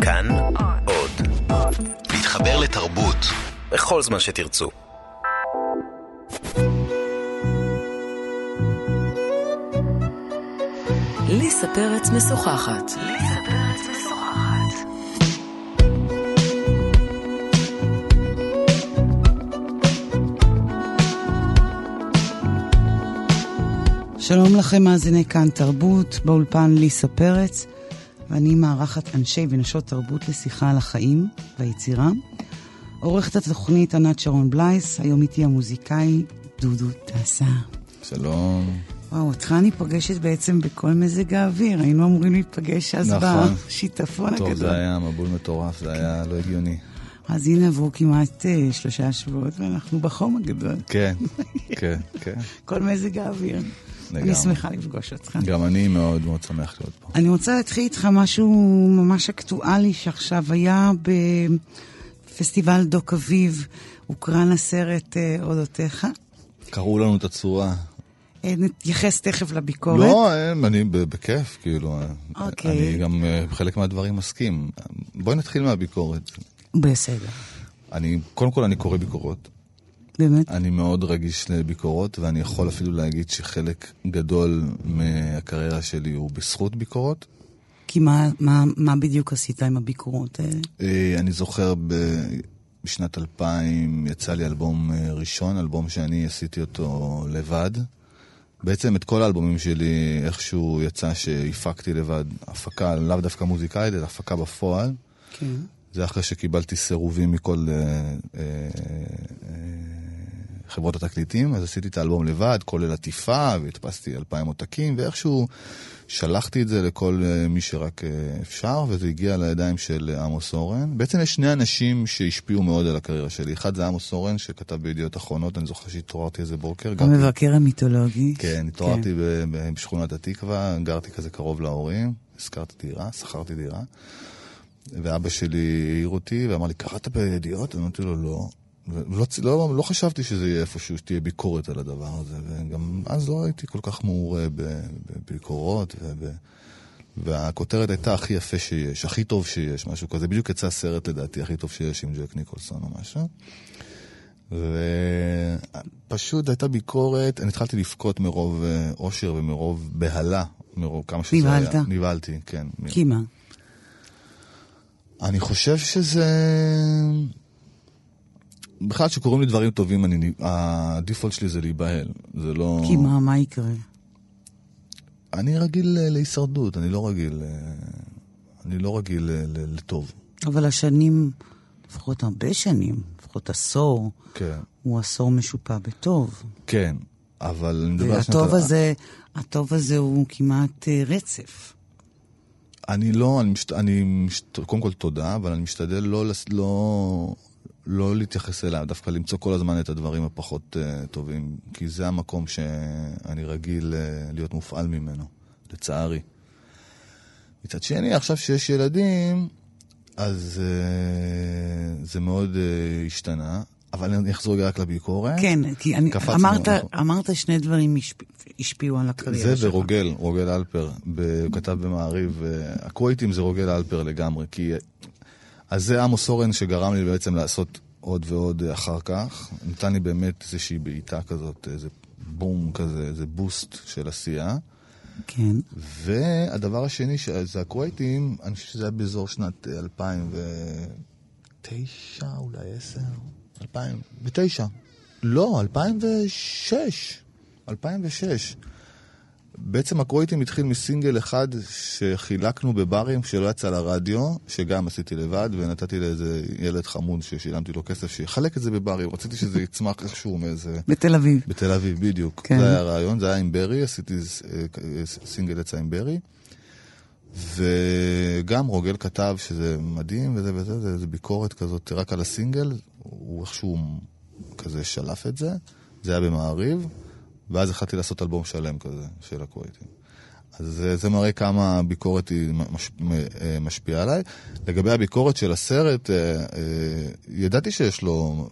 כאן עוד. להתחבר לתרבות בכל זמן שתרצו. ליסה פרץ משוחחת. שלום לכם מאזיני כאן תרבות, באולפן ליסה פרץ, ואני מערכת אנשי ונשות תרבות לשיחה על החיים והיצירה. עורכת התוכנית ענת שרון בלייס, היום איתי המוזיקאי דודו טסה. שלום. וואו, אותך אני פגשת בעצם בכל מזג האוויר, היינו אמורים להיפגש אז נכון. בשיטפון הגדול. טוב, זה היה מבול מטורף, זה היה לא הגיוני. אז הנה עברו כמעט 3 שבועות, ואנחנו בחום הגדול. כן, כן, כן. כל מזג האוויר. לגמרי. אני שמחה לפגוש אותך. גם אני מאוד מאוד שמח להיות פה. אני רוצה להתחיל איתך משהו ממש אקטואלי שעכשיו היה בפסטיבל דוק אביב, הוקרן הסרט אודותיך. קראו לנו את הצורה. נתייחס תכף לביקורת. לא, אני בכיף, כאילו. אוקיי. אני גם חלק מהדברים מסכים. בואי נתחיל מהביקורת. בסדר. קודם כל אני קורא ביקורות. באמת? אני מאוד רגיש לביקורות, ואני יכול אפילו להגיד שחלק גדול מהקריירה שלי הוא בזכות ביקורות. כי מה בדיוק עשית עם הביקורות האלה? אני זוכר בשנת 2000 יצא לי אלבום ראשון, אלבום שאני עשיתי אותו לבד. בעצם את כל האלבומים שלי איכשהו יצא שהפקתי לבד, הפקה לאו דווקא מוזיקאית, אלא הפקה בפועל. כן. זה אחרי שקיבלתי סירובים מכל חברות התקליטים, אז עשיתי את האלבום לבד, כולל עטיפה, והדפסתי 2,000 עותקים, ואיכשהו שלחתי את זה לכל מי שרק אפשר, וזה הגיע לידיים של עמוס אורן. בעצם יש 2 אנשים שהשפיעו מאוד על הקריירה שלי. אחד זה עמוס אורן, שכתב בידיעות אחרונות, אני זוכר שהתעוררתי איזה בוקר. המבקר המיתולוגי. כן, התעוררתי בשכונת התקווה, גרתי כזה קרוב להורים, שכרתי דירה. ואבא שלי העיר אותי ואמר לי, קראת בידיעות? ואמרתי לו, לא. לא חשבתי שזה יהיה איפשהו שתהיה ביקורת על הדבר הזה, וגם אז לא הייתי כל כך מעורה בביקורות, והכותרת הייתה הכי יפה שיש, הכי טוב שיש, משהו כזה. בדיוק יצא סרט לדעתי הכי טוב שיש עם ג'ק ניקולסון או משהו. ופשוט הייתה ביקורת, אני התחלתי לבכות מרוב אושר ומרוב בהלה, מרוב כמה שזה היה. נבהלת? נבהלתי, כן. כי מה? אני חושב שזה... בכלל שקוראים לי דברים טובים, הדיפולט שלי זה להיבהל. זה לא... כי מה יקרה? אני רגיל להישרדות, אני לא רגיל לטוב. אבל השנים, לפחות הרבה שנים, לפחות עשור, כן. הוא עשור משופע בטוב. כן, אבל... הטוב הזה הוא כמעט רצף. קודם כל תודה, אבל אני משתדל לא להתייחס אליו, דווקא למצוא כל הזמן את הדברים הפחות טובים, כי זה המקום שאני רגיל להיות מופעל ממנו, לצערי. מצד שני, עכשיו שיש ילדים, אז זה מאוד השתנה, אבל אני אחזור רק לביקורת. כן, כי אמרת 2 דברים השפיעו על הקריירה. זה ורוגל אלפר, כתב במעריב, הקווייטים זה רוגל אלפר לגמרי, כי... אז זה עמוס אורן שגרם לי בעצם לעשות עוד ועוד אחר כך. נתן לי באמת איזושהי בעיטה כזאת, איזה בום כזה, איזה בוסט של עשייה. כן. והדבר השני, זה הקווייטים, אני חושב שזה היה באזור שנת 2009, אולי 10, 2009. לא, 2006. בעצם הקווייטים התחיל מסינגל אחד שחילקנו בברים שלא יצא לרדיו, שגם עשיתי לבד, ונתתי לאיזה ילד חמוד ששילמתי לו כסף שיחלק את זה בברים. רציתי שזה יצמח איכשהו מאיזה... בתל אביב. בתל אביב, בדיוק. כן. זה היה הרעיון, זה היה עם ברי, עשיתי סינגל יצא עם ברי, וגם רוגל כתב שזה מדהים וזה וזה, זה ביקורת כזאת רק על הסינגל, הוא איכשהו כזה שלף את זה, זה היה במעריב, ואז החלטתי לעשות אלבום שלם כזה, של הקווייטים. אז זה מראה כמה הביקורת היא משפיעה עליי. לגבי הביקורת של הסרט, ידעתי שיש לו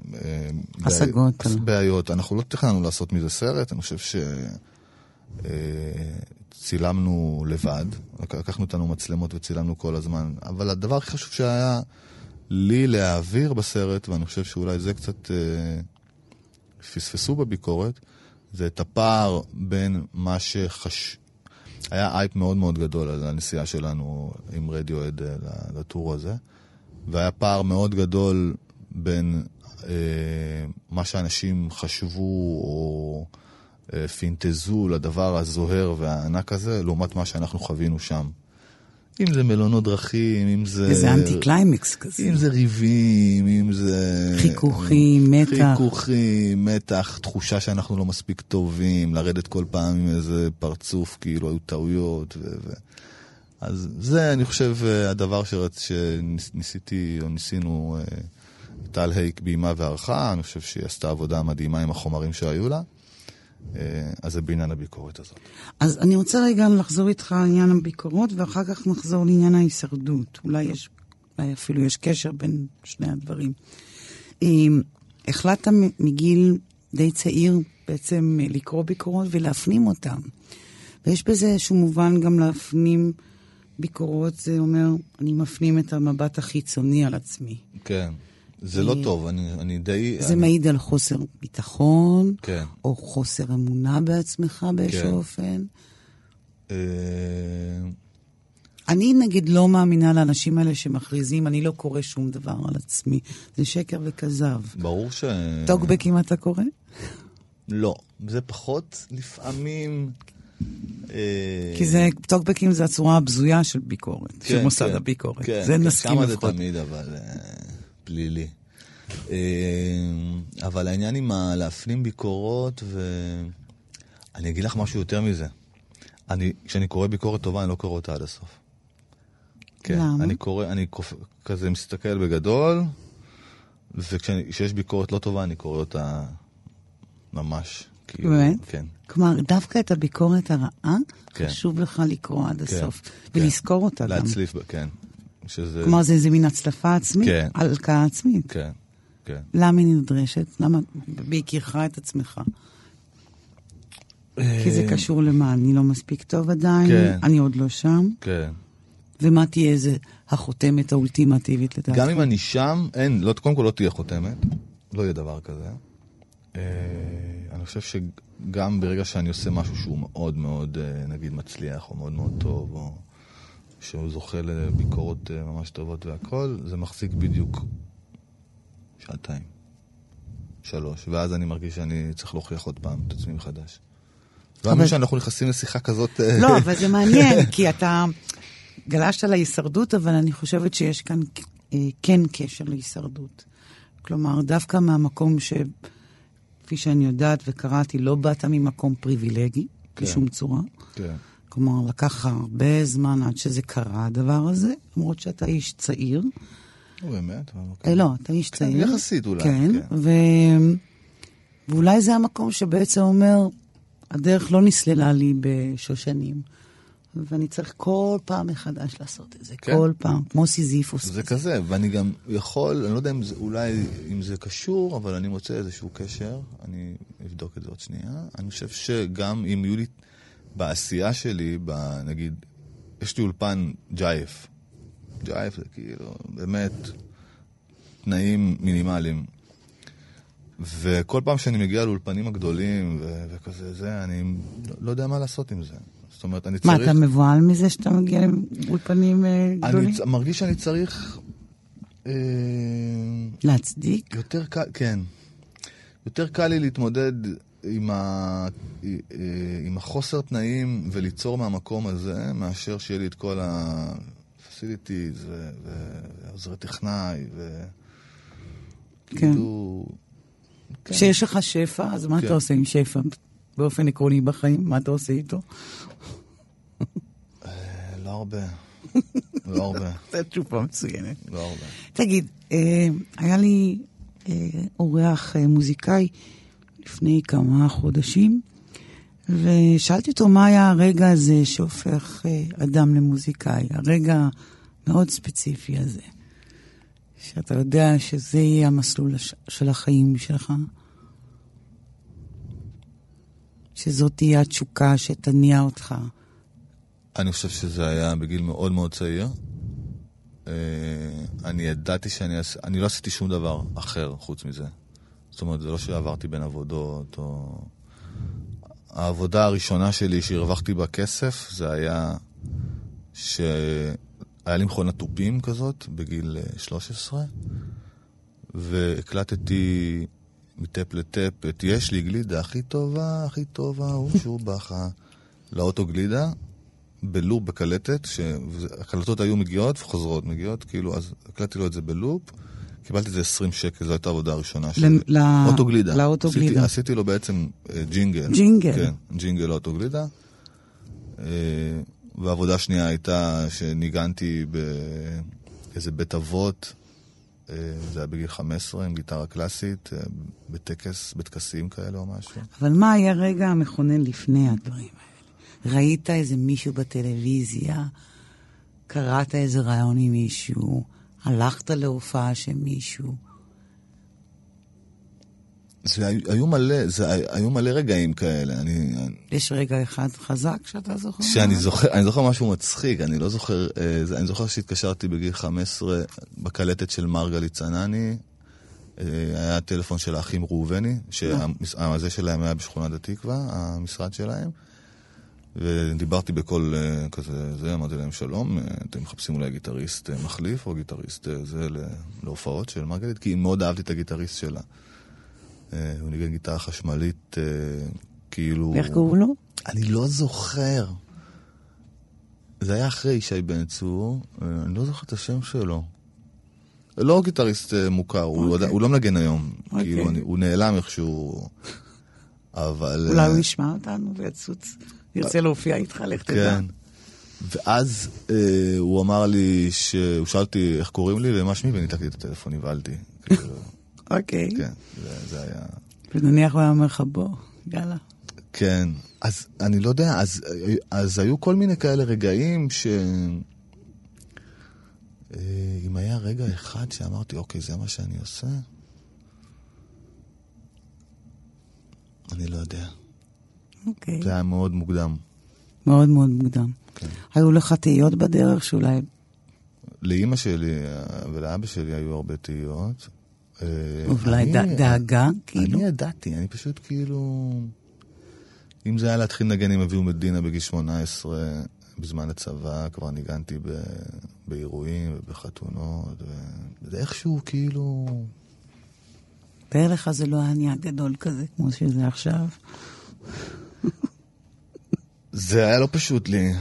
השגות. בעיות. אנחנו לא תכננו לעשות מזה סרט, אני חושב צילמנו לבד, לקחנו אותנו מצלמות וצילמנו כל הזמן, אבל הדבר הכי חשוב שהיה לי להעביר בסרט, ואני חושב שאולי זה קצת פספסו בביקורת, זה את הפער בין מה היה אייפ מאוד מאוד גדול על הנסיעה שלנו עם רדיואד לטור הזה, והיה פער מאוד גדול בין מה שאנשים חשבו או פינטזו לדבר הזוהר והענק הזה, לעומת מה שאנחנו חווינו שם. אם זה מלונות דרכים, אם זה... איזה אנטי-קליימקס כזה. אם זה ריבים, אם זה... חיכוכים, מתח. חיכוכים, מתח, תחושה שאנחנו לא מספיק טובים, לרדת כל פעם עם איזה פרצוף, כאילו היו טעויות. אז זה, אני חושב, הדבר שניסיתי, או ניסינו, טל הייק בימה וערכה, אני חושב שהיא עשתה עבודה מדהימה עם החומרים שהיו לה. אז זה בעניין הביקורת הזאת. אז אני רוצה רגע לחזור איתך לעניין הביקורות, ואחר כך נחזור לעניין ההישרדות. אולי אפילו יש קשר בין שני הדברים. החלטת מגיל די צעיר בעצם לקרוא ביקורות ולהפנים אותם. ויש בזה איזשהו מובן גם להפנים ביקורות, זה אומר, אני מפנים את המבט החיצוני על עצמי. כן. זה לא טוב, אני די... זה מעיד על חוסר ביטחון, כן. או חוסר אמונה בעצמך באיזשהו אופן. אני נגיד לא מאמינה לאנשים האלה שמכריזים, אני לא קורא שום דבר על עצמי. זה שקר וכזב. ברור ש... טוקבקים אתה קורא? לא, זה פחות לפעמים... כי טוקבקים זה הצורה הבזויה של ביקורת, של מוסד הביקורת. זה נסכים לפחות. שם זה תמיד, אבל... פלילי. אבל העניין עם להפנים ביקורות, ואני אגיד לך משהו יותר מזה. כשאני קורא ביקורת טובה, אני לא קורא אותה עד הסוף. למה? אני כזה מסתכל בגדול, וכשיש ביקורת לא טובה, אני קורא אותה ממש. באמת? כן. כלומר, דווקא את הביקורת הרעה, חשוב לך לקרוא עד הסוף. ולזכור אותה גם. להצליף, כן. כלומר, זה איזה מין הצלפה עצמית, הלקאה עצמית. כן, כן. למה היא נדרשת? למה בהכירך את עצמך? כי זה קשור למה? אני לא מספיק טוב עדיין, אני עוד לא שם. כן. ומה תהיה איזה החותמת האולטימטיבית לדעתך? גם אם אני שם, קודם כל לא תהיה חותמת, לא יהיה דבר כזה. אני חושב שגם ברגע שאני עושה משהו שהוא מאוד מאוד, נגיד, מצליח, או מאוד מאוד טוב, או... שהוא זוכה לביקורות ממש טובות והכל, זה מחזיק בדיוק 2 3, ואז אני מרגיש שאני צריך להוכיח עוד פעם את עצמי מחדש. ואני שאנחנו נכנסים לשיחה כזאת... לא, אבל זה מעניין, כי אתה גלשת להישרדות, אבל אני חושבת שיש כאן כן קשר להישרדות. כלומר, דווקא מהמקום כפי שאני יודעת וקראתי, לא באת ממקום פריבילגי, בשום צורה. כן. כלומר, לקח הרבה זמן עד שזה קרה, הדבר הזה, למרות שאתה איש צעיר. באמת? לא, אתה איש צעיר. יחסית אולי. כן, ואולי זה המקום שבעצם אומר, הדרך לא נסללה לי בשושנים, ואני צריך כל פעם מחדש לעשות את זה, כל פעם, כמו סיזיפוס. זה כזה, ואני גם יכול, אני לא יודע אם זה קשור, אבל אני מוצא איזשהו קשר, אני אבדוק את זה עוד שנייה. אני חושב שגם אם יהיו לי... בעשייה שלי, נגיד, יש לי אולפן ג'ייף. ג'ייף זה כאילו, באמת, תנאים מינימליים. וכל פעם שאני מגיע לאולפנים הגדולים וכזה זה, אני לא יודע מה לעשות עם זה. זאת אומרת, אני צריך... מה, אתה מבועל מזה שאתה מגיע לאולפנים גדולים? אני מרגיש שאני צריך... להצדיק? יותר קל, כן. יותר קל לי להתמודד עם החוסר תנאים וליצור מהמקום הזה, מאשר שיהיה לי את כל ה-facilities ועוזרי טכנאי וכאילו... כשיש לך שפע, אז מה אתה עושה עם שפע? באופן עקרוני בחיים, מה אתה עושה איתו? לא הרבה. לא הרבה. זה תשובה מצוינת. לא הרבה. תגיד, היה לי אורח מוזיקאי לפני כמה חודשים, ושאלתי אותו מה היה הרגע הזה שהופך אדם למוזיקאי, הרגע מאוד ספציפי הזה, שאתה יודע שזה יהיה המסלול של החיים שלך, שזאת תהיה התשוקה שתניע אותך אני חושב שזה היה בגיל מאוד מאוד צעיר. אני ידעתי אני לא עשיתי שום דבר אחר חוץ מזה. זאת אומרת, זה לא שעברתי בין עבודות, או... העבודה הראשונה שלי שהרווחתי בה כסף, זה היה שהיה לי מכונת טופים כזאת, בגיל 13, והקלטתי מטפ לטפ את יש לי גלידה הכי טובה, הוא שהוא בחה לאוטו גלידה, בלופ בקלטת, שהקלטות היו מגיעות וחוזרות מגיעות, כאילו, אז הקלטתי לו את זה בלופ, קיבלתי את זה 20 שקל, זו הייתה העבודה הראשונה שלי. לאוטוגלידה. לאוטוגלידה. עשיתי לו בעצם ג'ינגל. ג'ינגל. כן, ג'ינגל לאוטוגלידה. והעבודה השנייה הייתה שניגנתי באיזה בית אבות, זה היה בגיל 15, עם גיטרה קלאסית, בטקסים כאלה או משהו. אבל מה היה רגע המכונן לפני הדברים האלה? ראית איזה מישהו בטלוויזיה, קראת איזה רעיון עם מישהו, הלכת להופעה של מישהו. היו מלא רגעים כאלה. יש רגע אחד חזק שאתה זוכר? אני זוכר משהו מצחיק, אני לא זוכר, אני זוכר שהתקשרתי בגיל 15 בקלטת של מרגלית צנני, היה טלפון של האחים ראובני, שהזה שלהם היה בשכונת התקווה, המשרד שלהם, ודיברתי בכל כזה, זה, אמרתי להם שלום, אתם מחפשים אולי גיטריסט מחליף או גיטריסט זה להופעות של מרגלית, כי מאוד אהבתי את הגיטריסט שלה. הוא ניגן גיטרה חשמלית, כאילו... ואיך קראו לו? אני לא זוכר. זה היה אחרי ישי בן צור, אני לא זוכר את השם שלו. לא גיטריסט מוכר, הוא לא מנגן היום. כאילו, הוא נעלם איכשהו, אבל... אולי הוא ישמע אותנו ויצוץ, ירצה להופיע איתך, לך תדע. כן. ואז הוא אמר לי, הוא שאל אותי איך קוראים לי ומה שמי, וניתקתי את הטלפון, נבהלתי. אוקיי. כן, זה היה... ונניח הוא היה אומר לך בוא, יאללה. כן, אז אני לא יודע, אז היו כל מיני כאלה רגעים אם היה רגע אחד שאמרתי, אוקיי, זה מה שאני עושה, אני לא יודע. אוקיי. זה היה מאוד מוקדם. מאוד מאוד מוקדם. כן. היו לך תהיות בדרך שאולי... לאמא שלי ולאבא שלי היו הרבה תהיות. אולי דאגה, כאילו? אני ידעתי, אני פשוט כאילו... אם זה היה להתחיל לנגן עם אביהו מדינה בגיל 18, בזמן הצבא, כבר ניגנתי באירועים ובחתונות, וזה איכשהו כאילו... תאר לך זה לא היה נהיה גדול כזה, כמו שזה עכשיו. זה היה לא פשוט לי.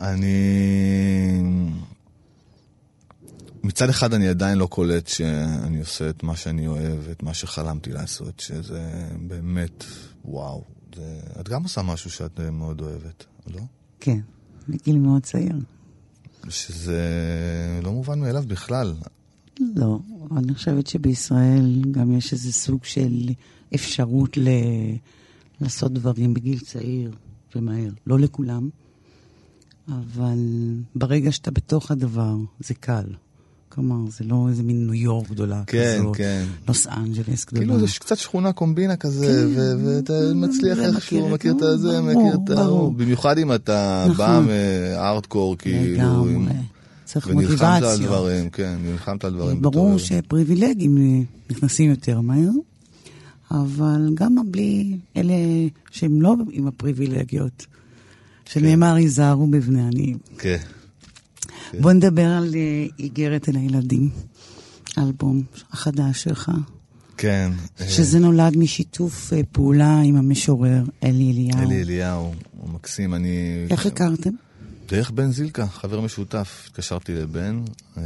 מצד אחד אני עדיין לא קולט שאני עושה את מה שאני אוהב, את מה שחלמתי לעשות, שזה באמת, וואו. את גם עושה משהו שאת מאוד אוהבת, לא? כן, בגיל מאוד צעיר. שזה לא מובן מאליו בכלל. לא, אני חושבת שבישראל גם יש איזה סוג של אפשרות לעשות דברים בגיל צעיר ומהר. לא לכולם, אבל ברגע שאתה בתוך הדבר, זה קל. כלומר, זה לא איזה מין ניו יורק גדולה כזאת. כן. לוס אנג'לס גדולה. כאילו, זה קצת שכונה קומבינה כזה, ואתה מצליח איכשהו, מכיר את זה, מכיר את ההוא. במיוחד אם אתה בא מארדקור, כאילו, ונלחמת על דברים, כן, נלחמת על דברים. ברור שפריבילגים נכנסים יותר מהר, אבל גם בלי אלה שהם לא עם הפריבילגיות, שנאמר היזהרו בבני עניים. כן. בוא נדבר על איגרת אל הילדים, אלבום החדש שלך. כן. שזה נולד משיתוף פעולה עם המשורר אלי אליהו. אלי אליהו, הוא מקסים. איך הכרתם? דרך בן זילקה, חבר משותף. התקשרתי לבן,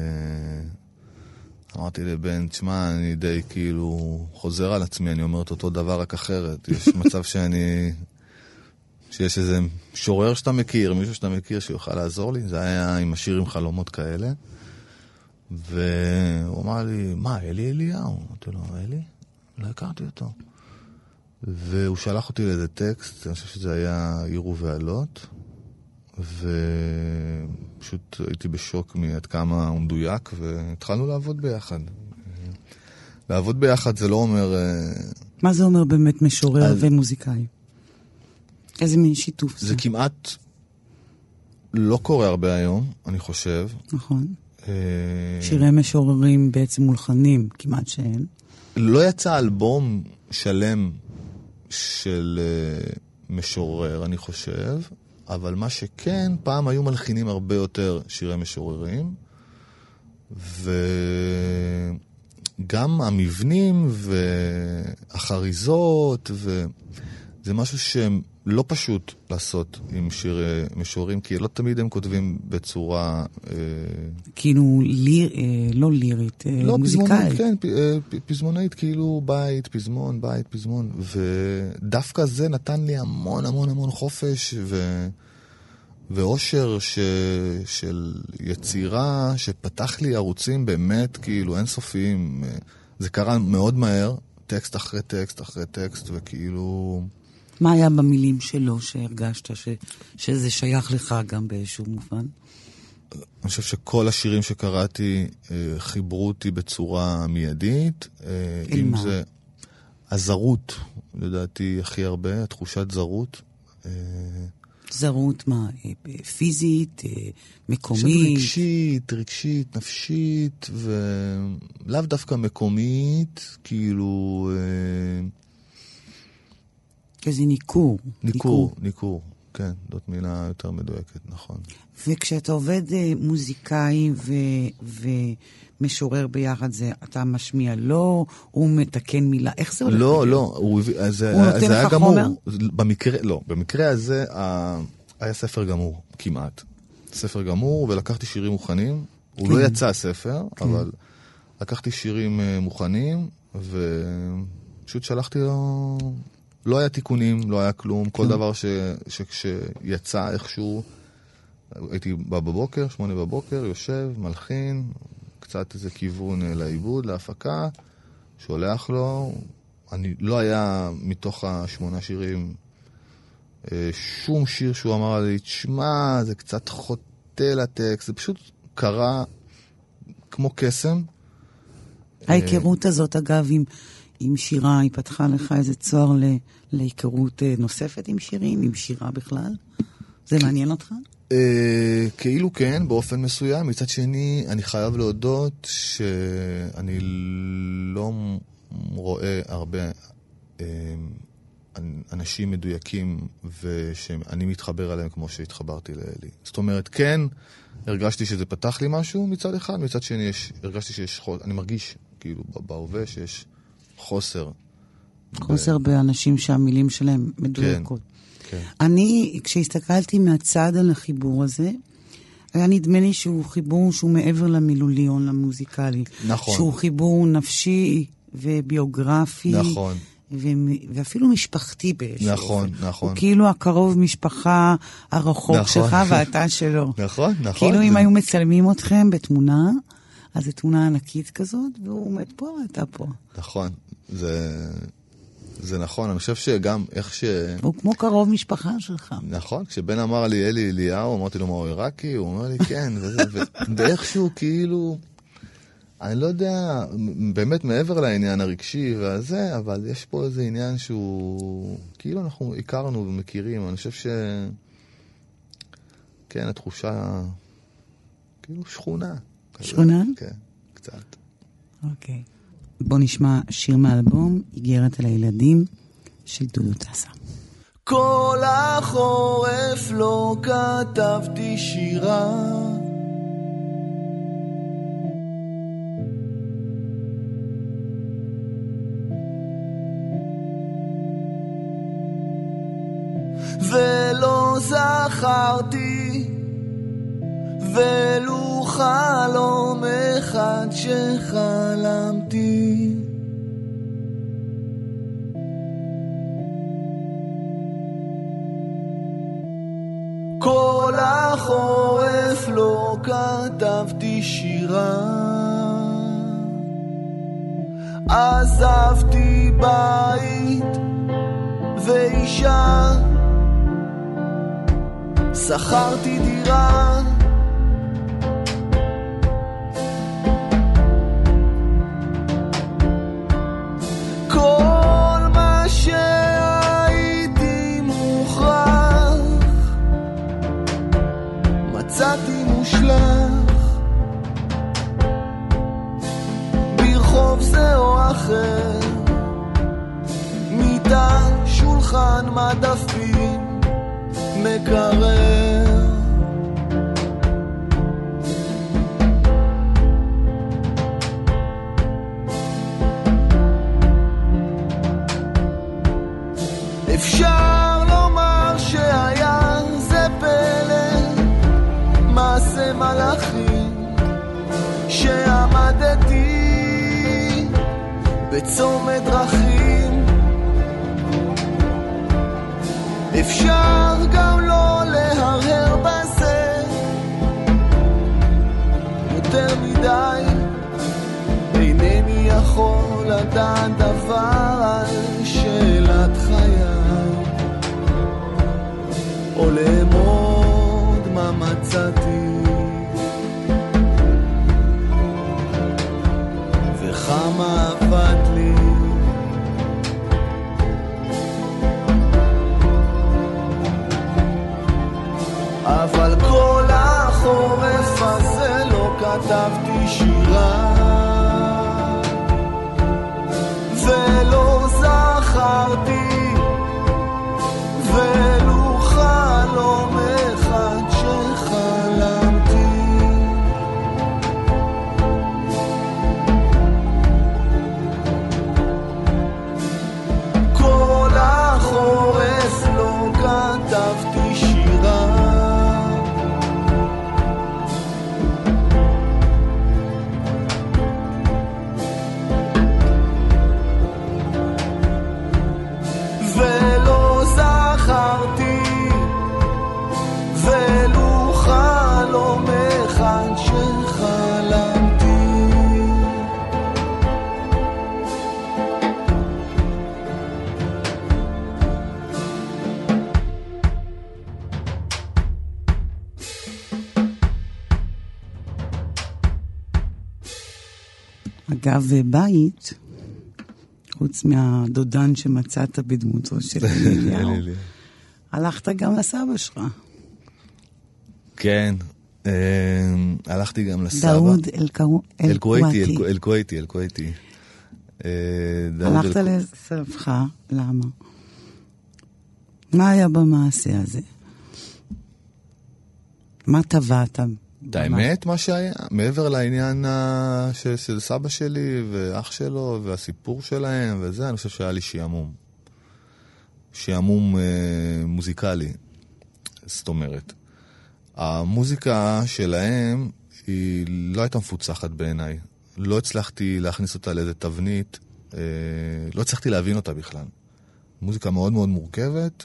אמרתי לבן, תשמע, אני די כאילו חוזר על עצמי, אני אומר את אותו דבר רק אחרת. יש מצב שיש איזה שורר שאתה מכיר, מישהו שאתה מכיר שיוכל לעזור לי. זה היה עם השיר עם חלומות כאלה. והוא אמר לי, מה, אלי אליהו? אמרתי לו, אלי? לא הכרתי אותו. והוא שלח אותי לאיזה טקסט, אני חושב שזה היה עיר ובעלות, ופשוט הייתי בשוק מעד כמה הוא מדויק, והתחלנו לעבוד ביחד. לעבוד ביחד זה לא אומר... מה זה אומר באמת משורר ומוזיקאי? איזה מין שיתוף זה? זה כמעט לא קורה הרבה היום, אני חושב. נכון. שירי משוררים בעצם מולחנים, כמעט שאין. לא יצא אלבום שלם של משורר, אני חושב, אבל מה שכן, פעם היו מלחינים הרבה יותר שירי משוררים, וגם המבנים והחריזות, זה משהו שהם לא פשוט לעשות עם שירי משוררים, כי לא תמיד הם כותבים בצורה... כאילו, לא לירית, לא, מוזיקאית. כן, פזמונאית, כאילו בית, פזמון, בית, פזמון, ודווקא זה נתן לי המון המון המון חופש ואושר של יצירה, שפתח לי ערוצים באמת, כאילו, אינסופיים. זה קרה מאוד מהר, טקסט אחרי טקסט אחרי טקסט, וכאילו... מה היה במילים שלו שהרגשת שזה שייך לך גם באיזשהו מובן? אני חושב שכל השירים שקראתי חיברו אותי בצורה מיידית. אל מה? זה הזרות, לדעתי הכי הרבה, התחושת זרות. זרות מה? פיזית, מקומית? רגשית, נפשית, ולאו דווקא מקומית, כאילו... איזה ניכור. ניכור, כן, זאת מילה יותר מדויקת, נכון. וכשאתה עובד מוזיקאי ומשורר ביחד, אתה משמיע לו, הוא מתקן מילה, איך זה הולך? לא, הוא נותן לך חומר? במקרה הזה היה ספר גמור, כמעט. ספר גמור, ולקחתי שירים מוכנים, הוא לא יצא ספר, אבל לקחתי שירים מוכנים, ופשוט שלחתי לו... לא היה תיקונים, לא היה כלום, כל דבר שכשיצא איכשהו, הייתי בא בבוקר, 8 בבוקר, יושב, מלחין, קצת איזה כיוון לעיבוד, להפקה, שולח לו, לא היה מתוך 8 שירים, שום שיר שהוא אמר לי, תשמע, זה קצת חוטא לטקסט, זה פשוט קרה כמו קסם. ההיכרות הזאת, אגב, עם שירה, היא פתחה לך איזה צוהר להיכרות נוספת עם שירים, עם שירה בכלל? זה מעניין אותך? כאילו כן, באופן מסוים. מצד שני, אני חייב להודות שאני לא רואה הרבה אנשים מדויקים ושאני מתחבר עליהם כמו שהתחברתי לאלי. זאת אומרת, כן, הרגשתי שזה פתח לי משהו מצד אחד, מצד שני הרגשתי שיש אני מרגיש כאילו בהווה שיש חוסר באנשים שהמילים שלהם מדויקות. כן. אני, כשהסתכלתי מהצד על החיבור הזה, היה נדמה לי שהוא חיבור שהוא מעבר למילוליון, למוזיקלי. נכון. שהוא חיבור נפשי וביוגרפי. נכון. ואפילו משפחתי באיזשהו נכון, אופן. נכון. הוא כאילו הקרוב משפחה הרחוק נכון. שלך ואתה שלו. נכון. כאילו אם היו מצלמים אתכם בתמונה, אז זו תמונה ענקית כזאת, והוא עומד פה ואתה פה. נכון. זה נכון, אני חושב שגם איך הוא כמו קרוב משפחה שלך. נכון, כשבן אמר לי אלי אליהו, אמרתי לו מה הוא עיראקי, הוא אומר לי כן, ואיכשהו כאילו, אני לא יודע, באמת מעבר לעניין הרגשי והזה, אבל יש פה איזה עניין שהוא, כאילו אנחנו הכרנו ומכירים, אני חושב כן, התחושה, כאילו שכונה. שכונה? כן, קצת. אוקיי. בוא נשמע שיר מאלבום, איגרת על הילדים, של דודו טסה. כל החורף לא כתבתי שירה, ולא זכרתי ולו חלום אחד שחלמתי. כל החורף לא כתבתי שירה, עזבתי בית ואישה, שכרתי דירה, כל מה שהייתי מוכרח אחר, מיטה, שולחן, מדפים, מקרר. אפשר לומר שהיה זה פלא, מעשה מלאכים, שעמדתי בצומת דרכים. אפשר גם לא להרהר בזה יותר מדי, אינני יכול לדעת דבר על שאלת חיי, או לאמוד מה מצאתי וכמה עבד לי. אבל כל החורף הזה לא כתבתי שירה, ולא זכרתי ולו חלום אחד שחלמתי. כל החורף לא כתבתי שירה, ולו חלום אחד שחלמתי. אגב, בית, חוץ מהדודן שמצאת בדמותו של אליהו, הלכת גם לסבא שלך. כן, הלכתי גם לסבא. דאוד אל-כוויתי. הלכת לסבך, למה? מה היה במעשה הזה? מה טבעת? האמת, מה שהיה, מעבר לעניין של סבא שלי ואח שלו והסיפור שלהם וזה, אני חושב שהיה לי שעמום מוזיקלי. זאת אומרת, המוזיקה שלהם היא לא הייתה מפוצחת בעיניי. לא הצלחתי להכניס אותה לאיזה תבנית, לא הצלחתי להבין אותה בכלל. מוזיקה מאוד מאוד מורכבת,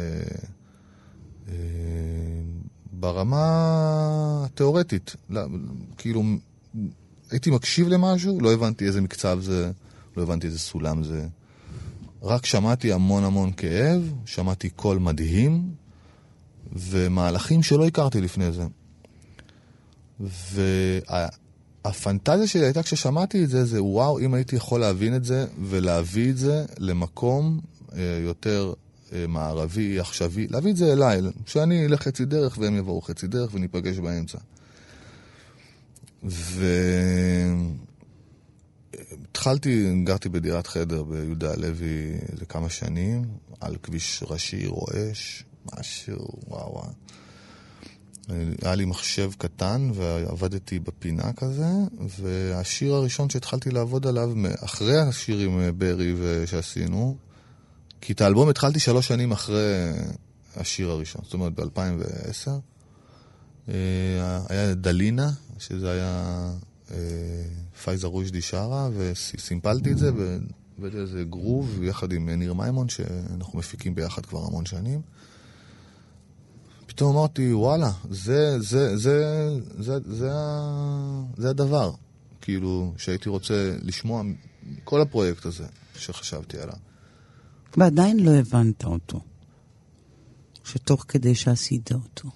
ברמה התיאורטית. כאילו, הייתי מקשיב למשהו, לא הבנתי איזה מקצב זה, לא הבנתי איזה סולם זה. רק שמעתי המון המון כאב, שמעתי קול מדהים, ומהלכים שלא הכרתי לפני זה. והפנטזיה שלי הייתה כששמעתי את זה, זה וואו, אם הייתי יכול להבין את זה, ולהביא את זה למקום יותר מערבי, עכשווי, להביא את זה אליי, שאני אלך חצי דרך והם יבואו חצי דרך וניפגש באמצע. גרתי בדירת חדר ביהודה הלוי לכמה שנים, על כביש ראשי רועש, משהו, וואו. היה לי מחשב קטן ועבדתי בפינה כזה, והשיר הראשון שהתחלתי לעבוד עליו, אחרי השיר עם ברי שעשינו, כי את האלבום התחלתי 3 שנים אחרי השיר הראשון, זאת אומרת ב-2010, היה דלינה, שזה היה פייזה רושדי שרה, וסימפלתי את זה, והבאתי איזה גרוב יחד עם ניר מימון, שאנחנו מפיקים ביחד כבר המון שנים. פתאום אמרתי, וואלה, זה הדבר, כאילו, שהייתי רוצה לשמוע כל הפרויקט הזה שחשבתי עליו. ועדיין לא הבנת אותו, שתוך כדי שעשית אותו.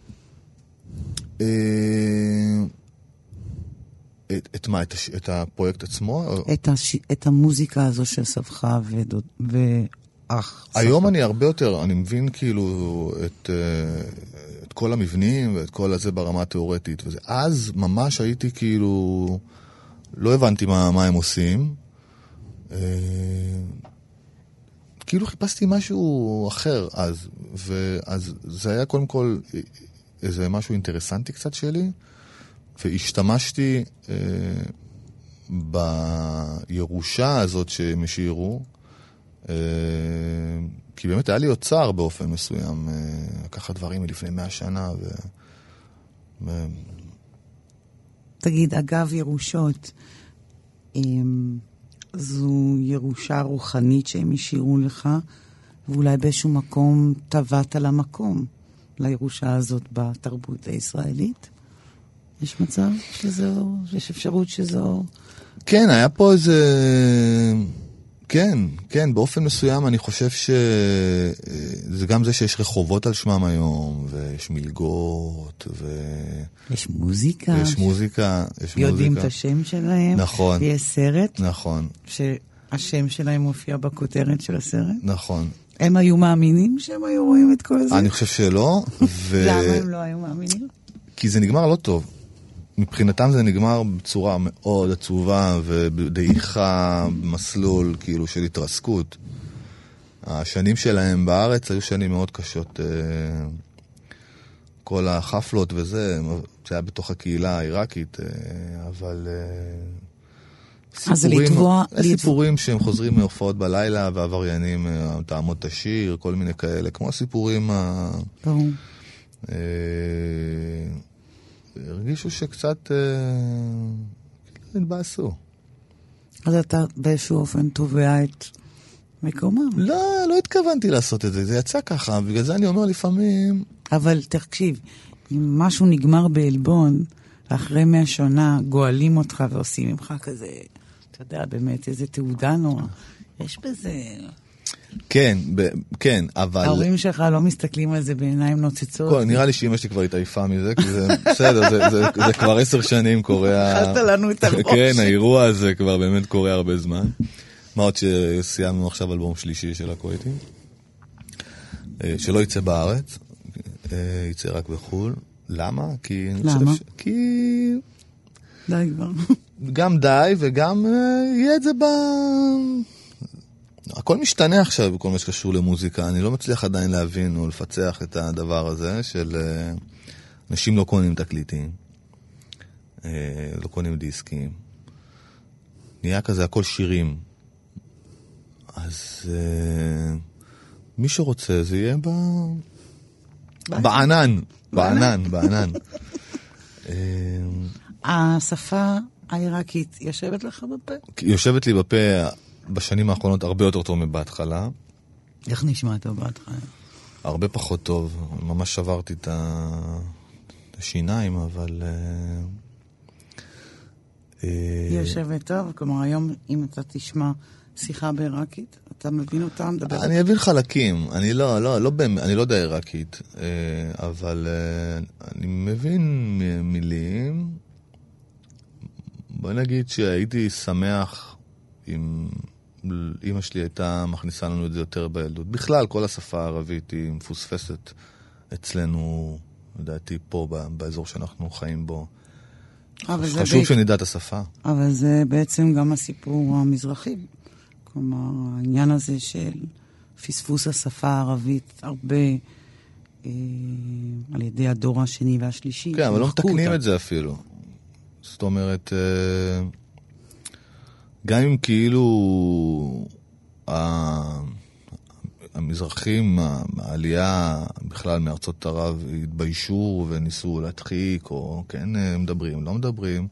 את מה? את הפרויקט עצמו? את המוזיקה הזו של סבך ואח. היום אני הרבה יותר, אני מבין כאילו את כל המבנים ואת כל הזה ברמה התיאורטית וזה. אז ממש הייתי כאילו, לא הבנתי מה הם עושים, כאילו חיפשתי משהו אחר אז, ואז זה היה קודם כל איזה משהו אינטרסנטי קצת שלי, והשתמשתי בירושה הזאת שהם השאירו, כי באמת היה לי אוצר באופן מסוים, לקחת דברים מלפני 100 שנה, תגיד, אגב ירושות, זו ירושה רוחנית שהם השאירו לך, ואולי באיזשהו מקום טבעת למקום, לירושה הזאת בתרבות הישראלית? יש מצב שזו, יש אפשרות שזו... כן, היה פה איזה... כן, באופן מסוים אני חושב שזה גם זה שיש רחובות על שמם היום, ויש מלגות, יש מוזיקה. יש מוזיקה. יודעים את השם שלהם. נכון. ויש סרט. נכון. שהשם שלהם מופיע בכותרת של הסרט. נכון. הם היו מאמינים שהם היו רואים את כל זה? אני חושב שלא. למה הם לא היו מאמינים? כי זה נגמר לא טוב. מבחינתם זה נגמר בצורה מאוד עצובה ובדעיכה מסלול כאילו של התרסקות. השנים שלהם בארץ היו שנים מאוד קשות. כל החפלות וזה, זה היה בתוך הקהילה העיראקית, אבל סיפורים שהם חוזרים מהופעות בלילה והעבריינים תעמוד תשיר, כל מיני כאלה, כמו הסיפורים הרגישו שקצת התבאסו. אז אתה באיזשהו אופן תובע את מקומם. לא התכוונתי לעשות את זה, זה יצא ככה, בגלל זה אני אומר לפעמים... אבל תקשיב, אם משהו נגמר בעלבון, ואחרי 100 שנה גואלים אותך ועושים ממך כזה, אתה יודע, באמת איזה תעודה נורא. יש בזה... כן, אבל... ההורים שלך לא מסתכלים על זה בעיניים נוצצות. נראה לי שאמא שלי כבר התעייפה מזה, כי זה בסדר, זה כבר 10 שנים קורה... אכלת לנו את הראש. כן, האירוע הזה כבר באמת קורה הרבה זמן. מה עוד שסיימנו עכשיו אלבום שלישי של הקווייטים, שלא יצא בארץ, יצא רק בחול. למה? למה? כי... די כבר. גם די, וגם יהיה את זה הכל משתנה עכשיו בכל מה שקשור למוזיקה. אני לא מצליח עדיין להבין או לפצח את הדבר הזה של אנשים לא קונים תקליטים, לא קונים דיסקים. נהיה כזה הכל שירים. אז מי שרוצה זה יהיה בענן. בענן. השפה העיראקית יושבת לך בפה? יושבת לי בפה בשנים האחרונות הרבה יותר טוב מבהתחלה. איך נשמעת בהתחלה? הרבה פחות טוב. ממש שברתי את השיניים, אבל... יושבת טוב? כלומר, היום אם אתה תשמע שיחה בעיראקית, אתה מבין אותה? אני אבין חלקים. אני לא יודע עיראקית, אבל אני מבין מילים. בוא נגיד שהייתי שמח אם אמא שלי הייתה מכניסה לנו את זה יותר בילדות. בכלל, כל השפה הערבית היא מפוספסת אצלנו, לדעתי, פה, באזור שאנחנו חיים בו. חשוב שנדע את השפה. אבל זה בעצם גם הסיפור המזרחי. כלומר, העניין הזה של פספוס השפה הערבית הרבה על ידי הדור השני והשלישי. כן, אבל לא מתקנים את זה אפילו. זאת אומרת, גם אם כאילו המזרחים, העלייה בכלל מארצות ערב התביישו וניסו להדחיק, או כן מדברים, לא מדברים,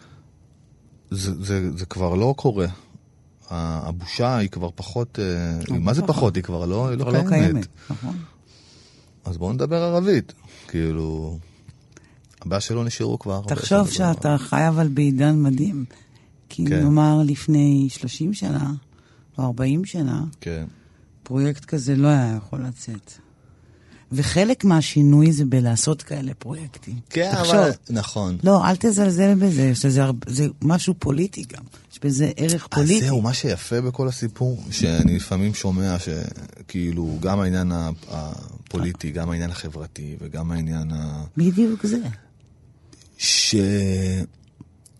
זה כבר לא קורה. הבושה היא כבר פחות, מה זה פחות? היא כבר לא קיימת. אז בואו נדבר ערבית. כאילו, הבעיה שלא נשארו כבר. תחשוב שאתה חי אבל בעידן מדהים. כי נאמר לפני 30 שנה, או 40 שנה, פרויקט כזה לא היה יכול לצאת. וחלק מהשינוי זה בלעשות כאלה פרויקטים. כן, אבל... נכון. לא, אל תזלזל בזה, זה משהו פוליטי גם. יש בזה ערך פוליטי. אז זהו, מה שיפה בכל הסיפור, שאני לפעמים שומע שכאילו גם העניין הפוליטי, גם העניין החברתי, וגם העניין בדיוק זה.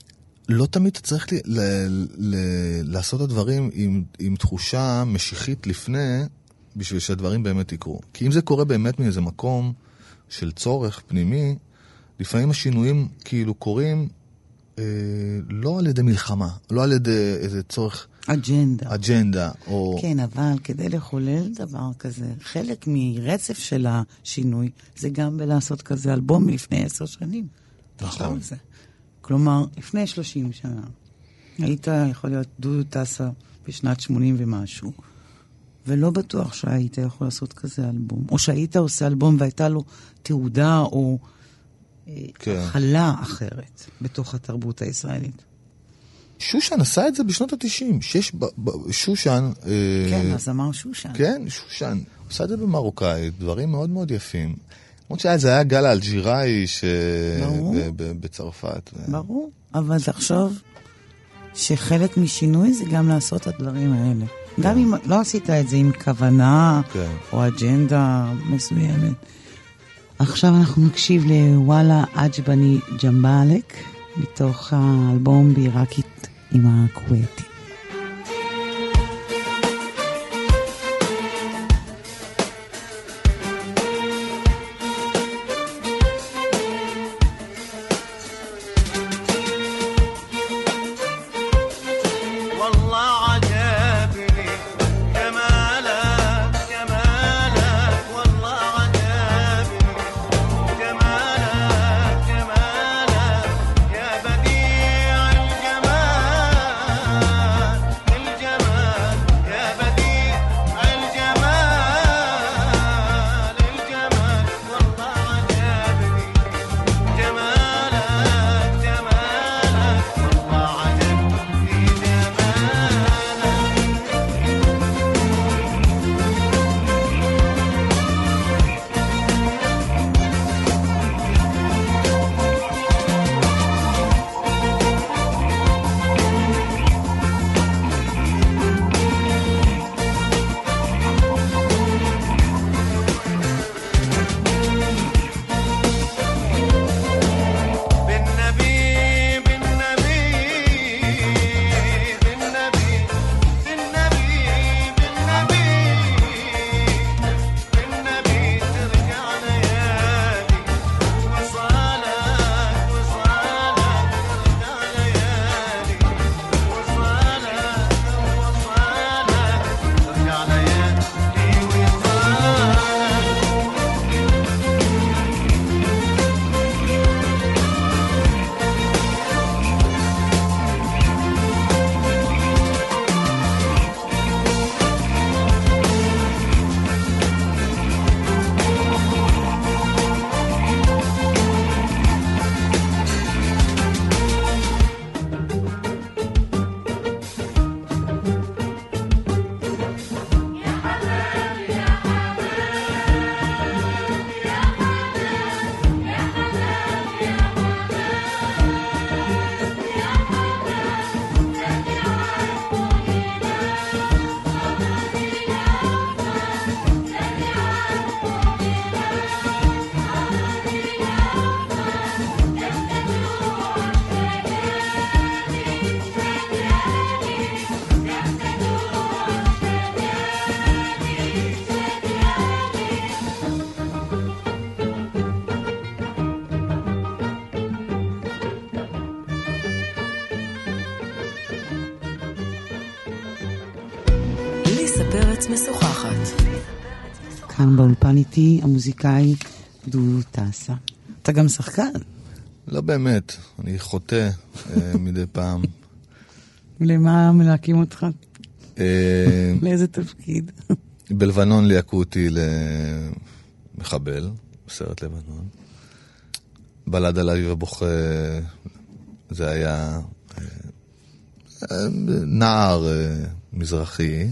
לא תמיד אתה צריך לעשות את הדברים עם תחושה משיחית לפני, בשביל שהדברים באמת יקרו. כי אם זה קורה באמת מאיזה מקום של צורך פנימי, לפעמים השינויים כאילו קורים לא על ידי מלחמה, לא על ידי איזה צורך... אג'נדה. או... כן, אבל כדי לחולל דבר כזה, חלק מרצף של השינוי, זה גם בלעשות כזה אלבום לפני 10 שנים. נכון. כלומר, לפני 30 שנה, היית יכול להיות דודו טסה בשנת 80 ומשהו, ולא בטוח שהיית יכול לעשות כזה אלבום, או שהיית עושה אלבום והייתה לו תעודה או חלה אחרת בתוך התרבות הישראלית. שושן עשה את זה בשנות ה-90. שושן... כן, אז אמר שושן. כן, שושן. עושה את זה במרוקאית, דברים מאוד מאוד יפים. למרות שזה היה גל האלג'יראי בצרפת. ברור, אבל תחשוב שחלק משינוי זה גם לעשות את הדברים האלה. גם אם לא עשית את זה עם כוונה או אג'נדה מסוימת. עכשיו אנחנו נקשיב לוואלה אג'בני ג'מבלק, מתוך האלבום בעיראקית עם הקווייטי. פרץ משוחחת. כאן באולפן איתי המוזיקאי דודו טסה. אתה גם שחקן? לא באמת, אני חוטא מדי פעם. למה מלהקים אותך? לאיזה תפקיד? בלבנון ליהקו אותי למחבל, בסרט לבנון. בלד עליי ובוכה, זה היה נער מזרחי,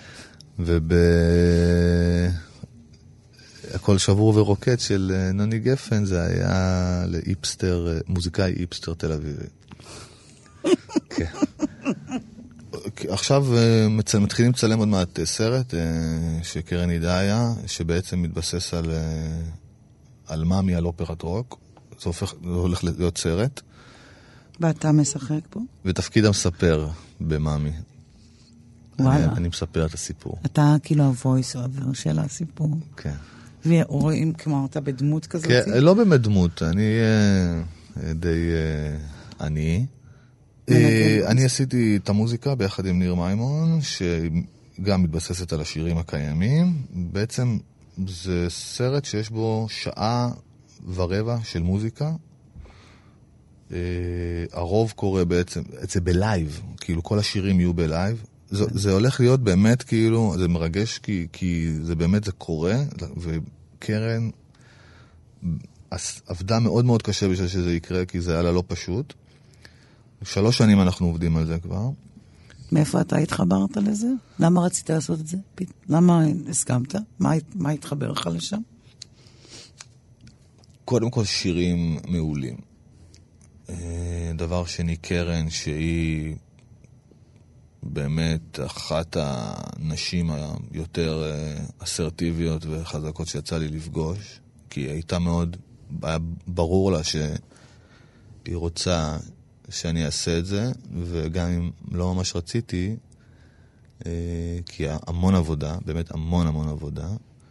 הכל שבור ורוקט של נוני גפן, זה היה לאיפסטר, מוזיקאי איפסטר תל אביבי. כן. עכשיו מתחילים לצלם עוד מעט סרט שקרן הידאיה, שבעצם מתבסס על מאמי, על אופרת רוק. זה הולך להיות סרט. ואתה משחק פה? בתפקיד המספר במאמי. וואלה. אני מספר את הסיפור. אתה כאילו הוויס אובר של הסיפור. כן. ורואים כמו אתה בדמות כזאת? כן, לא באמת דמות, אני די עני. אני עשיתי את המוזיקה ביחד עם ניר מימון, שגם מתבססת על השירים הקיימים. בעצם זה סרט שיש בו 1.25 שעה של מוזיקה. הרוב קורה בעצם, זה בלייב, כאילו כל השירים יהיו בלייב. זה הולך להיות באמת כאילו, זה מרגש כי זה באמת זה קורה, וקרן עבדה מאוד מאוד קשה בשביל שזה יקרה, כי זה היה לה לא פשוט. 3 שנים אנחנו עובדים על זה כבר. מאיפה אתה התחברת לזה? למה רצית לעשות את זה? למה הסכמת? מה התחבר לך לשם? קודם כל שירים מעולים. דבר שני, קרן שהיא באמת אחת הנשים היותר אסרטיביות וחזקות שיצא לי לפגוש, כי היא הייתה מאוד, היה ברור לה שהיא רוצה שאני אעשה את זה, וגם אם לא ממש רציתי, כי המון עבודה, באמת המון המון עבודה.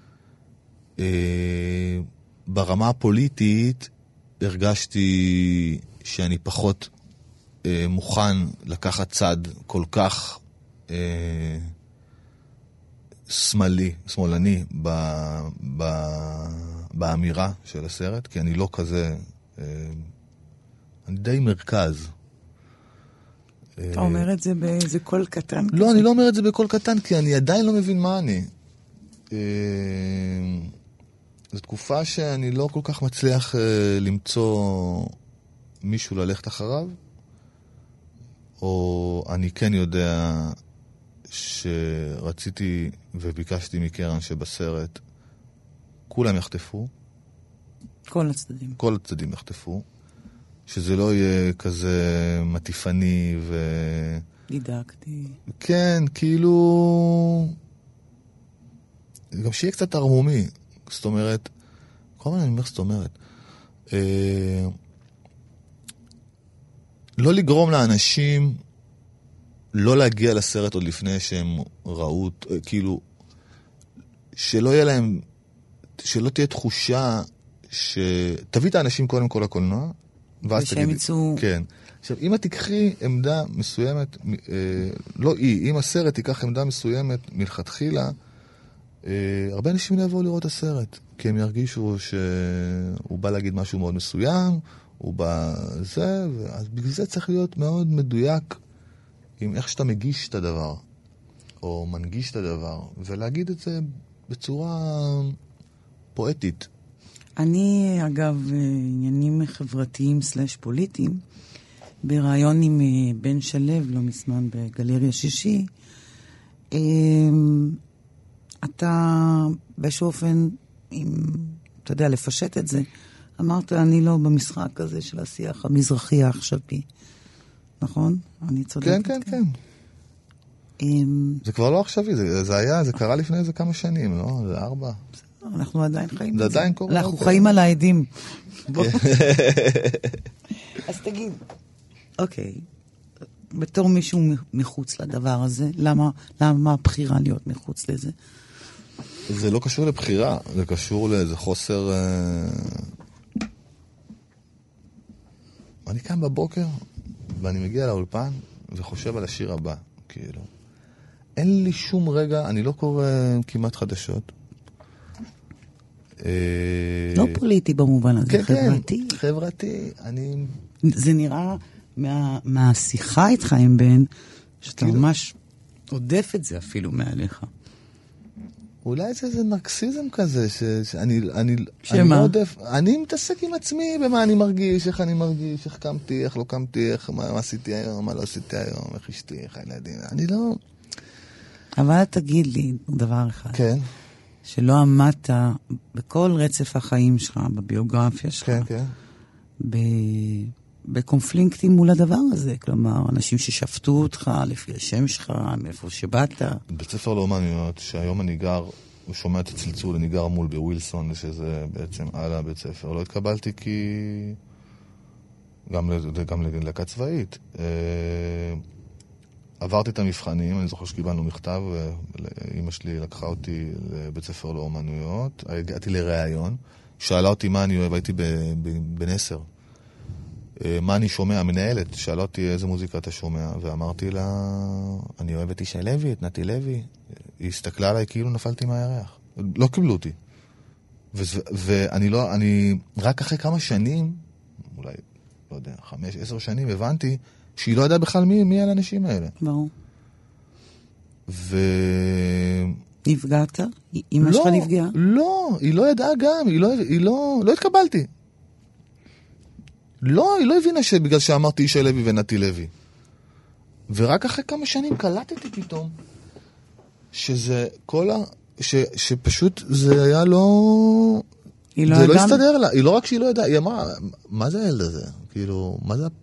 ברמה הפוליטית הרגשתי שאני פחות מוכן לקחת צד כל כך שמאלני באמירה של הסרט, כי אני לא כזה, אני די מרכז. אתה אומר את זה באיזה קול קטן? לא, אני לא אומר את זה בקול קטן, כי אני עדיין לא מבין מה אני. זו תקופה שאני לא כל כך מצליח למצוא מישהו ללכת אחריו, או אני כן יודע שרציתי וביקשתי מקרן שבסרט כולם יחטפו. כל הצדדים. כל הצדדים יחטפו. שזה לא יהיה כזה מטיפני דידקטי. כן, כאילו גם שיהיה קצת ערמומי. זאת אומרת, כל הזמן אני אומר זאת אומרת, לא לגרום לאנשים לא להגיע לסרט עוד לפני שהם ראו, כאילו, שלא יהיה להם, שלא תהיה תחושה תביא את האנשים קודם כל לקולנוע, ושהם יצאו... כן. עכשיו, אם את תיקחי עמדה מסוימת, לא אם הסרט תיקח עמדה מסוימת מלכתחילה, הרבה אנשים לא יבואו לראות הסרט, כי הם ירגישו שהוא בא להגיד משהו מאוד מסוים, הוא בא זה, אז בגלל זה צריך להיות מאוד מדויק עם איך שאתה מגיש את הדבר, או מנגיש את הדבר, ולהגיד את זה בצורה פואטית. אני, אגב, עניינים חברתיים סלש פוליטיים, ברעיון עם בן שלב, לא מזמן בגלריה שישי, אתה באיזשהו אופן, אם אתה יודע, לפשט את זה, אמרת, אני לא במשחק הזה של השיח המזרחי העכשווי. נכון? אני צודקת. כן, כן, כן. זה כבר לא עכשווי, זה היה, זה קרה לפני איזה כמה שנים, לא? זה 4. אנחנו עדיין חיים את זה. זה עדיין קורה. אנחנו חיים על העדים. אז תגיד, אוקיי, בתור מישהו מחוץ לדבר הזה, למה הבחירה להיות מחוץ לזה? זה לא קשור לבחירה, זה קשור לאיזה חוסר... אני קם בבוקר, ואני מגיע לאולפן, וחושב על השיר הבא, כאילו. אין לי שום רגע, אני לא קורא כמעט חדשות. לא פוליטי במובן הזה, כן, חברתי. כן, חברתי, אני... זה נראה מהשיחה איתך עם בן, שאתה ממש עודף את זה אפילו מעליך. אולי זה איזה נרקסיזם כזה, שאני שמה? לא עודף, אני מתעסק עם עצמי במה אני מרגיש, איך אני מרגיש, איך קמתי, איך לא קמתי, מה עשיתי היום, מה לא עשיתי היום, איך אשתי, איך הילדים, אני לא... אבל תגיד לי דבר אחד. כן. שלא עמדת בכל רצף החיים שלך, בביוגרפיה שלך. כן, כן. בקונפליקטים מול הדבר הזה. כלומר, אנשים ששפטו אותך לפי השם שלך, מאיפה שבאת. בית ספר לאומניות, שהיום אני גר, הוא שומע את הצלצול, אני גר מול בווילסון, שזה בעצם על הבית ספר. לא התקבלתי כי גם ללהקה צבאית. עברתי את המבחנים, אני זוכר שקיבלנו מכתב, אמא שלי לקחה אותי לבית ספר לאומנויות, הגעתי לראיון, שאלה אותי מה אני אוהב, הייתי בן 10. מה אני שומע? המנהלת שאלה אותי איזה מוזיקה אתה שומע, ואמרתי לה, אני אוהב את ישי לוי, את נתי לוי. היא הסתכלה עליי כאילו נפלתי מהירח. לא קיבלו אותי. ואני לא, רק אחרי כמה שנים, אולי, לא יודע, 5-10 שנים, הבנתי שהיא לא ידעה בכלל מי על האנשים האלה. ברור. נפגעת? אמא שלך נפגעה? לא, היא לא ידעה גם, לא התקבלתי. לא, היא לא הבינה שבגלל שאמרתי ישי לוי ונתי לוי. ורק אחרי כמה שנים קלטתי פתאום, שזה כל שפשוט זה היה לא... זה לא הסתדר לה. היא לא רק שהיא לא ידעה, היא אמרה, מה זה הילד הזה? כאילו,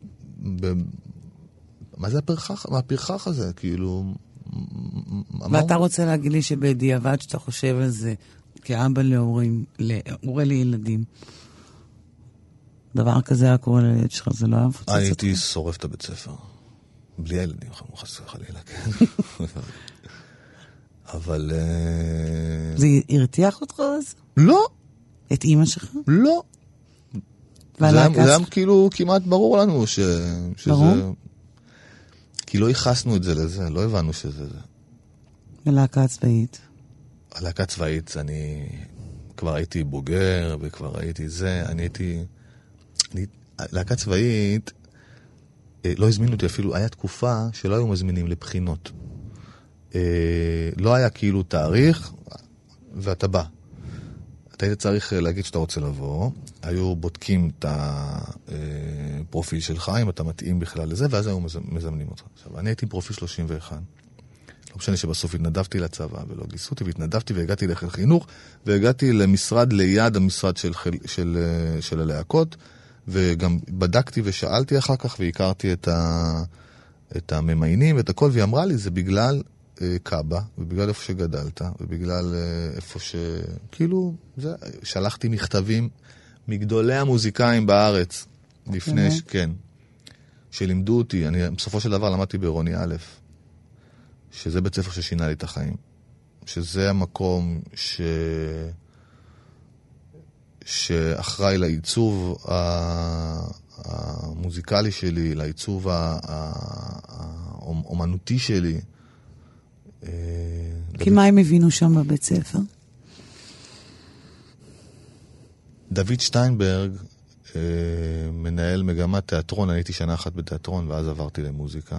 מה זה הפרחח הזה? כאילו... ואתה רוצה להגיד לי שבדיעבד שאתה חושב על זה, כאבא להורים, להורה לילדים, דבר כזה היה קורה לילד שלך, זה לא אהב? הייתי שורף את הבית ספר. בלי הילדים, חס וחלילה, כן. אבל... זה הרתיח אותך אז? לא. את אמא שלך? לא. זה היה כאילו כמעט ברור לנו ברור? כי לא ייחסנו את זה לזה, לא הבנו שזה זה. ולהקה הצבאית? הלהקה צבאית, אני כבר הייתי בוגר, וכבר הייתי זה, להקה צבאית, לא הזמינו אותי אפילו, היה תקופה שלא היו מזמינים לבחינות. לא היה כאילו תאריך, ואתה בא. אתה היית צריך להגיד שאתה רוצה לבוא, היו בודקים את הפרופיל שלך, אם אתה מתאים בכלל לזה, ואז היו מזמנים אותך. עכשיו, אני הייתי פרופיל 31. לא משנה שבסוף התנדבתי לצבא, ולא גיסו אותי, והתנדבתי והגעתי לחיל חינוך, והגעתי למשרד ליד המשרד של הלהקות, וגם בדקתי ושאלתי אחר כך, והכרתי את הממיינים ואת הכל, והיא אמרה לי, זה בגלל קאבה, ובגלל איפה שגדלת, ובגלל איפה כאילו, שלחתי מכתבים מגדולי המוזיקאים בארץ, לפני, כן, שלימדו אותי, אני בסופו של דבר למדתי בעירוני א', שזה בית ספר ששינה לי את החיים, שזה המקום שאחראי לעיצוב המוזיקלי שלי, לעיצוב האומנותי שלי. כי מה הם הבינו שם בבית ספר? דוד שטיינברג מנהל מגמת תיאטרון, אני הייתי שנה אחת בתיאטרון ואז עברתי למוזיקה.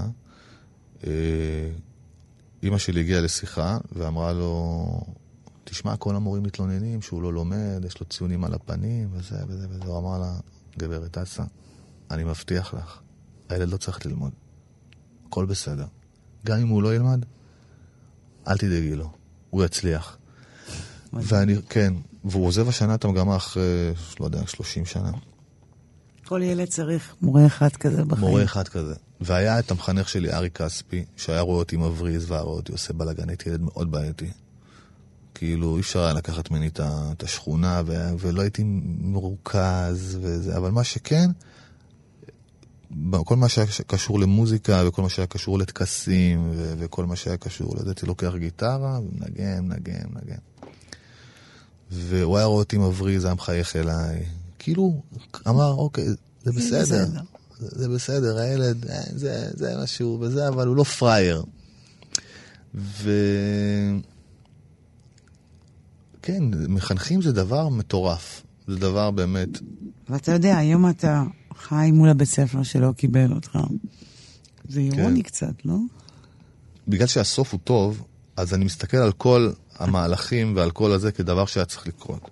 אמא שלי הגיעה לשיחה ואמרה לו, תשמע, כל המורים מתלוננים שהוא לא לומד, יש לו ציונים על הפנים וזה וזה וזה. הוא אמר לה, גברת אסה, אני מבטיח לך, הילד לא צריך ללמוד. הכל בסדר. גם אם הוא לא ילמד, אל תדאגי לו, הוא יצליח. ואני, כן, והוא עוזב השנה את המגמה אחרי, לא יודע, 30 שנה. כל ילד צריך מורה אחד כזה בחיים. מורה אחד כזה. והיה את המחנך שלי, ארי כספי, שהיה רואה אותי מבריז והיה רואה אותי עושה בלגן, הייתי ילד מאוד בעייתי. כאילו, אי אפשר היה לקחת ממני את השכונה, ולא הייתי מרוכז וזה, אבל מה שכן, כל מה שהיה קשור למוזיקה, וכל מה שהיה קשור לתקסים, וכל מה שהיה קשור לזה, הייתי לוקח גיטרה, ונגן. והוא היה רואה אותי מבריז, היה מחייך אליי. כאילו, אמר, אוקיי, זה בסדר. זה בסדר, הילד, זה משהו, וזה, אבל הוא לא פרייר. כן, מחנכים זה דבר מטורף. זה דבר באמת... ואתה יודע, היום אתה חי מול הבית ספר שלא קיבל אותך. זה אירוני קצת, לא? בגלל שהסוף הוא טוב, אז אני מסתכל על כל המהלכים ועל כל הזה כדבר שהיה צריך לקרות.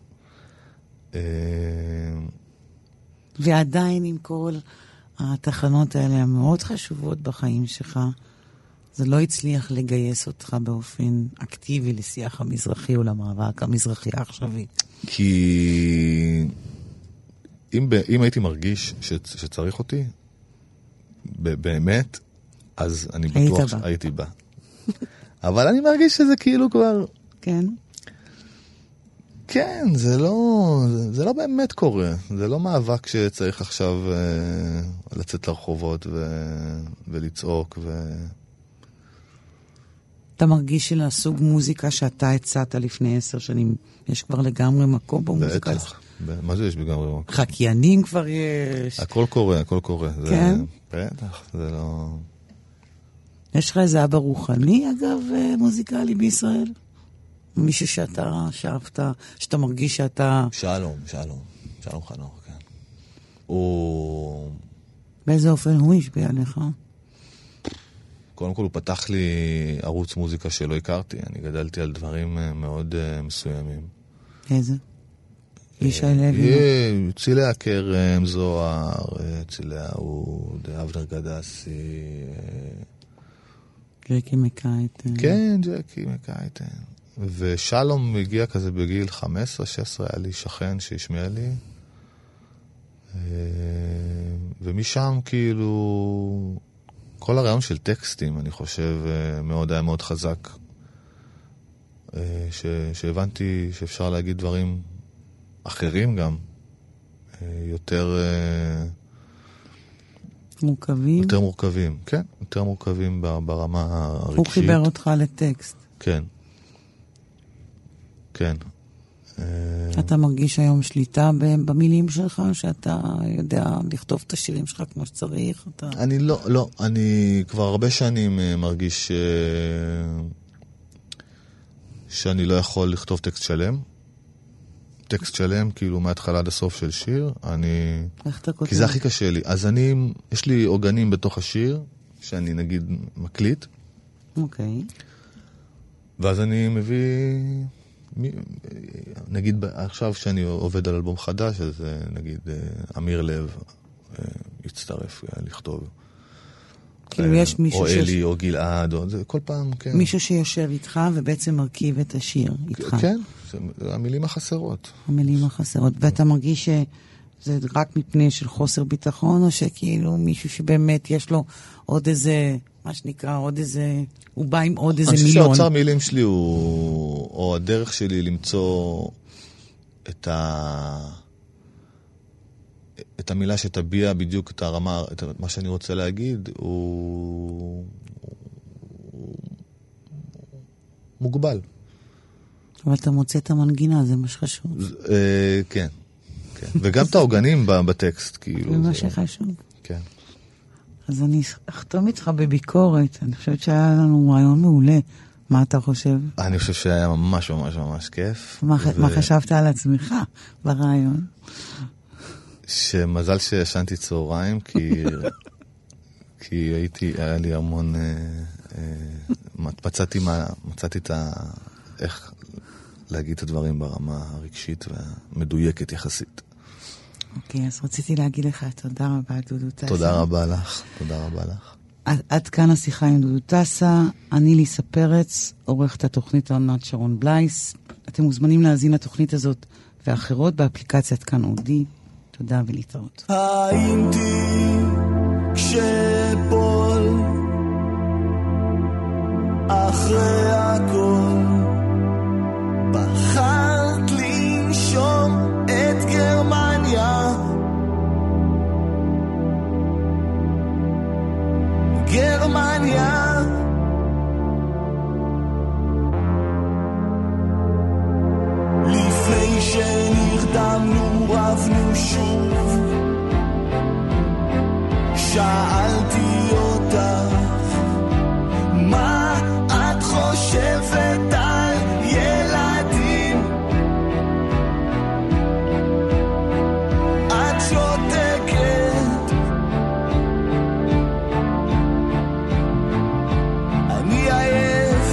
ועדיין עם כל התחנות האלה המאוד חשובות בחיים שלך, זה לא הצליח לגייס אותך באופן אקטיבי לשיח המזרחי או למאבק המזרחי העכשווי. כי אם הייתי מרגיש שצריך אותי, באמת, אז אני בטוח שהייתי בא. אבל אני מרגיש שזה כאילו כבר... כן. כן, זה לא באמת קורה. זה לא מאבק שצריך עכשיו לצאת לרחובות ולצעוק. אתה מרגיש שלסוג מוזיקה שאתה הצעת לפני 10 שנים, יש כבר לגמרי מקום במוזיקה? בטח. מה זה יש לגמרי מקום? חקיינים כבר יש. הכל קורה. כן? בטח, זה לא... יש לך איזה אבא רוחני, אגב, מוזיקלי בישראל? מישהו שאתה שאהבת, שאתה מרגיש שאתה... שלום חנוך, כן. הוא... באיזה אופן הוא השפיע עליך? קודם כל הוא פתח לי ערוץ מוזיקה שלא הכרתי. אני גדלתי על דברים מאוד מסוימים. איזה? ישי לוי? צילי הכרם, זוהר, צילי האוד, אבנר גדסי. ג'קי מקייטן. כן, ג'קי מקייטן. ושלום הגיע כזה בגיל 15-16, היה לי שכן שהשמיע לי. ומשם כאילו... כל הרעיון של טקסטים, אני חושב, היה מאוד חזק. שהבנתי שאפשר להגיד דברים אחרים גם. יותר מורכבים? יותר מורכבים, כן. יותר מורכבים ברמה הרגשית. הוא חיבר אותך לטקסט. כן. כן. אתה מרגיש היום שליטה במילים שלך, שאתה יודע לכתוב את השירים שלך כמו שצריך? אני לא. אני כבר הרבה שנים מרגיש שאני לא יכול לכתוב טקסט שלם. טקסט שלם, כאילו מההתחלה עד הסוף של שיר. איך אתה כותב? כי זה הכי קשה לי. אז יש לי עוגנים בתוך השיר, שאני נגיד מקליט. אוקיי. ואז אני מביא... נגיד עכשיו שאני עובד על אלבום חדש, אז נגיד אמיר לב יצטרף לכתוב. כאילו יש מישהו או אלי או גלעד, או זה כל פעם, כן. מישהו שיושב איתך ובעצם מרכיב את השיר איתך. כן, זה המילים החסרות. המילים החסרות. ואתה מרגיש שזה רק מפני של חוסר ביטחון, או שכאילו מישהו שבאמת יש לו עוד איזה... מה שנקרא, עוד איזה... הוא בא עם עוד איזה מיליון. אני חושב שהאוצר מילים שלי הוא... או הדרך שלי למצוא את המילה שתביע בדיוק את הרמה, את מה שאני רוצה להגיד, הוא מוגבל. אבל אתה מוצא את המנגינה, זה מה שחשוב. כן, כן. וגם את העוגנים בטקסט, כאילו. זה מה שחשוב. כן. אז אני אחתום איתך בביקורת. אני חושבת שהיה לנו רעיון מעולה. מה אתה חושב? אני חושב שהיה ממש ממש ממש כיף. מה חשבת על עצמך ברעיון? שמזל שישנתי צהריים, כי היה לי המון... מצאתי איך להגיד את הדברים ברמה הרגשית והמדויקת יחסית. אוקיי, אז רציתי להגיד לך תודה רבה, דודו טסה. תודה רבה לך, תודה רבה לך. עד כאן השיחה עם דודו טסה. אני ליסה פרץ, עורכת התוכנית עונת שרון בלייס. אתם מוזמנים להאזין לתוכנית הזאת ואחרות באפליקציית כאן אודי. תודה ולהתראות. הייתי כשפול אחרי הכל בחרת לנשום את גרמניה, גרמניה לפני שנרדמנו רבנו שוב, שאלתי אותך מה את חושבת על ילדים, את שותקת, אני עייף,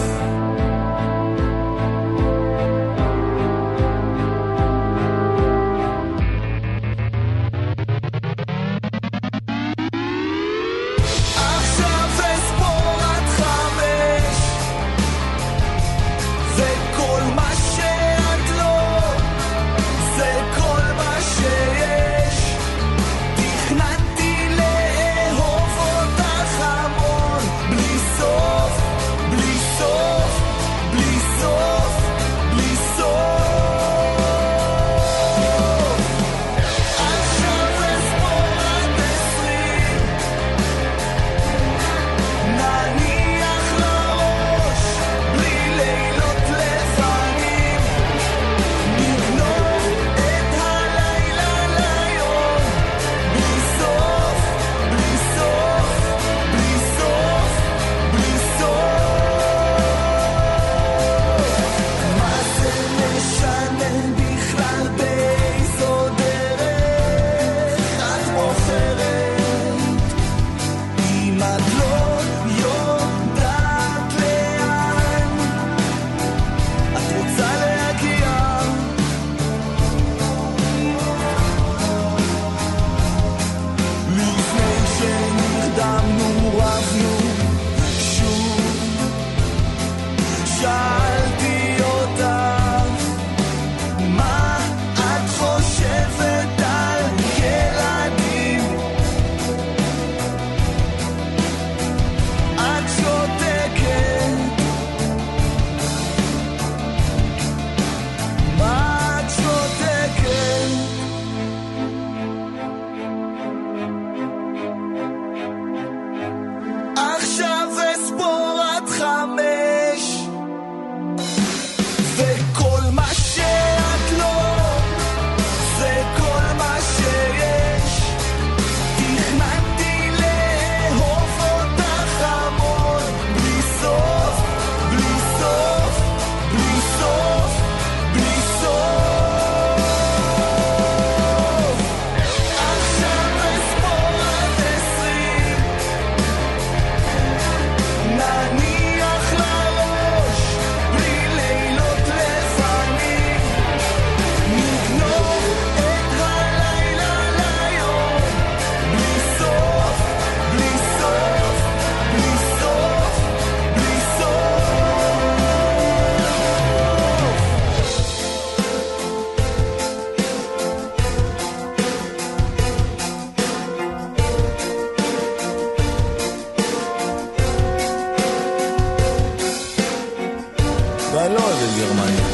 גרמניה.